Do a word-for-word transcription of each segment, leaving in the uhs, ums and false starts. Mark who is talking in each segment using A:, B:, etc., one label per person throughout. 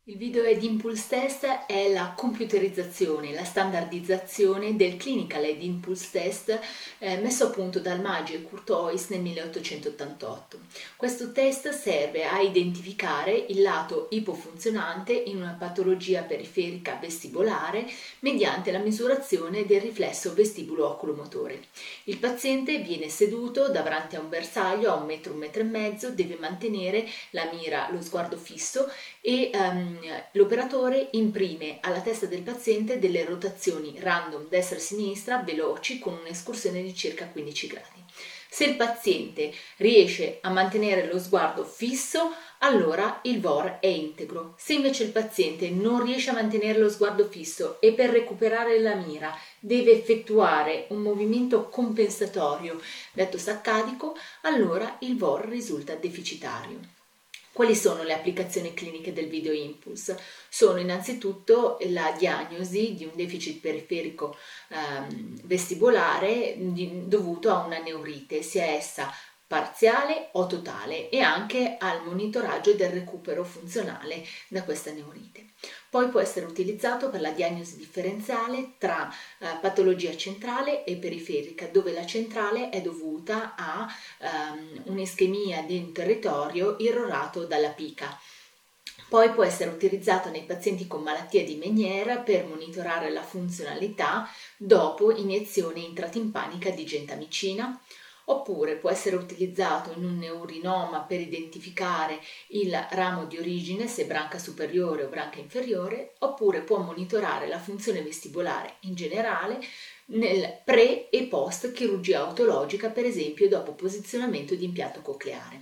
A: Il Video Head Impulse Test è la computerizzazione, la standardizzazione del Clinical Head Impulse Test eh, messo a punto dal Maggi e Courtois nel milleottocentottantotto. Questo test serve a identificare il lato ipofunzionante in una patologia periferica vestibolare mediante la misurazione del riflesso vestibulo-oculomotore. Il paziente viene seduto davanti a un bersaglio a un metro, un metro e mezzo, deve mantenere la mira, lo sguardo fisso e um, l'operatore imprime alla testa del paziente delle rotazioni random destra-sinistra veloci con un'escursione di circa quindici gradi. Se il paziente riesce a mantenere lo sguardo fisso, allora il V O R è integro. Se invece il paziente non riesce a mantenere lo sguardo fisso e per recuperare la mira deve effettuare un movimento compensatorio, detto saccadico, allora il V O R risulta deficitario. Quali sono le applicazioni cliniche del Video Impulse? Sono innanzitutto la diagnosi di un deficit periferico ehm, vestibolare di, dovuto a una neurite, sia essa parziale o totale, e anche al monitoraggio del recupero funzionale da questa neurite. Poi può essere utilizzato per la diagnosi differenziale tra eh, patologia centrale e periferica, dove la centrale è dovuta a um, un'ischemia di un territorio irrorato dalla pica. Poi può essere utilizzato nei pazienti con malattia di Meniere per monitorare la funzionalità dopo iniezione intratimpanica di gentamicina. Oppure può essere utilizzato in un neurinoma per identificare il ramo di origine, se branca superiore o branca inferiore, oppure può monitorare la funzione vestibolare in generale nel pre e post chirurgia autologica, per esempio dopo posizionamento di impianto cocleare.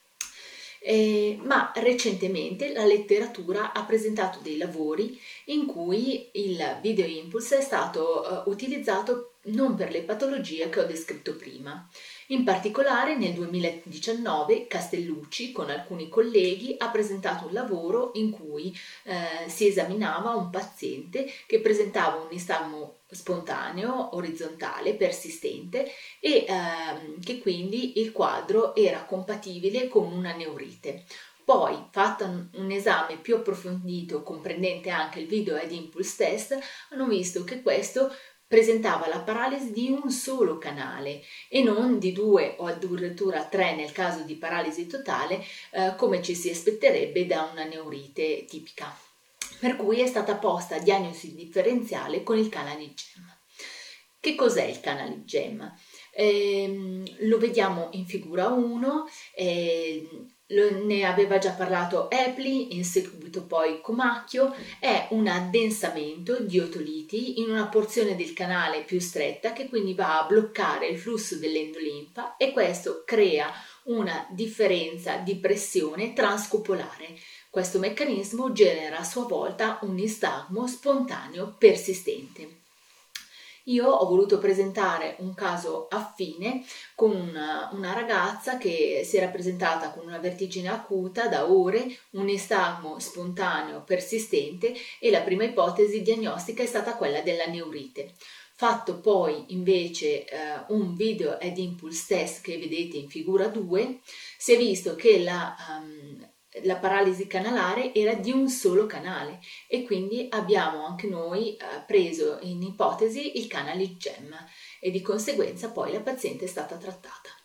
A: Eh, ma recentemente la letteratura ha presentato dei lavori in cui il Video Impulse è stato uh, utilizzato non per le patologie che ho descritto prima. In particolare nel duemiladiciannove Castellucci con alcuni colleghi ha presentato un lavoro in cui eh, si esaminava un paziente che presentava un nistagmo spontaneo orizzontale persistente e ehm, che quindi il quadro era compatibile con una neurite. Poi, fatto un esame più approfondito comprendente anche il Video Head Impulse Test, hanno visto che questo presentava la paralisi di un solo canale e non di due o addirittura tre nel caso di paralisi totale, eh, come ci si aspetterebbe da una neurite tipica. Per cui è stata posta diagnosi differenziale con il Canaligem. Che cos'è il Canaligem? Eh, lo vediamo in figura uno, eh, ne aveva già parlato Epli, in seguito poi Comacchio. È un addensamento di otoliti in una porzione del canale più stretta che quindi va a bloccare il flusso dell'endolinfa e questo crea una differenza di pressione transcupolare. Questo meccanismo genera a sua volta un nistagmo spontaneo persistente. Io ho voluto presentare un caso affine con una, una ragazza che si era presentata con una vertigine acuta da ore, un nistagmo spontaneo persistente e la prima ipotesi diagnostica è stata quella della neurite. Fatto poi invece eh, un Video Head Impulse Test che vedete in figura due, si è visto che la... Um, la paralisi canalare era di un solo canale e quindi abbiamo anche noi eh, preso in ipotesi il Canaligem e di conseguenza poi la paziente è stata trattata.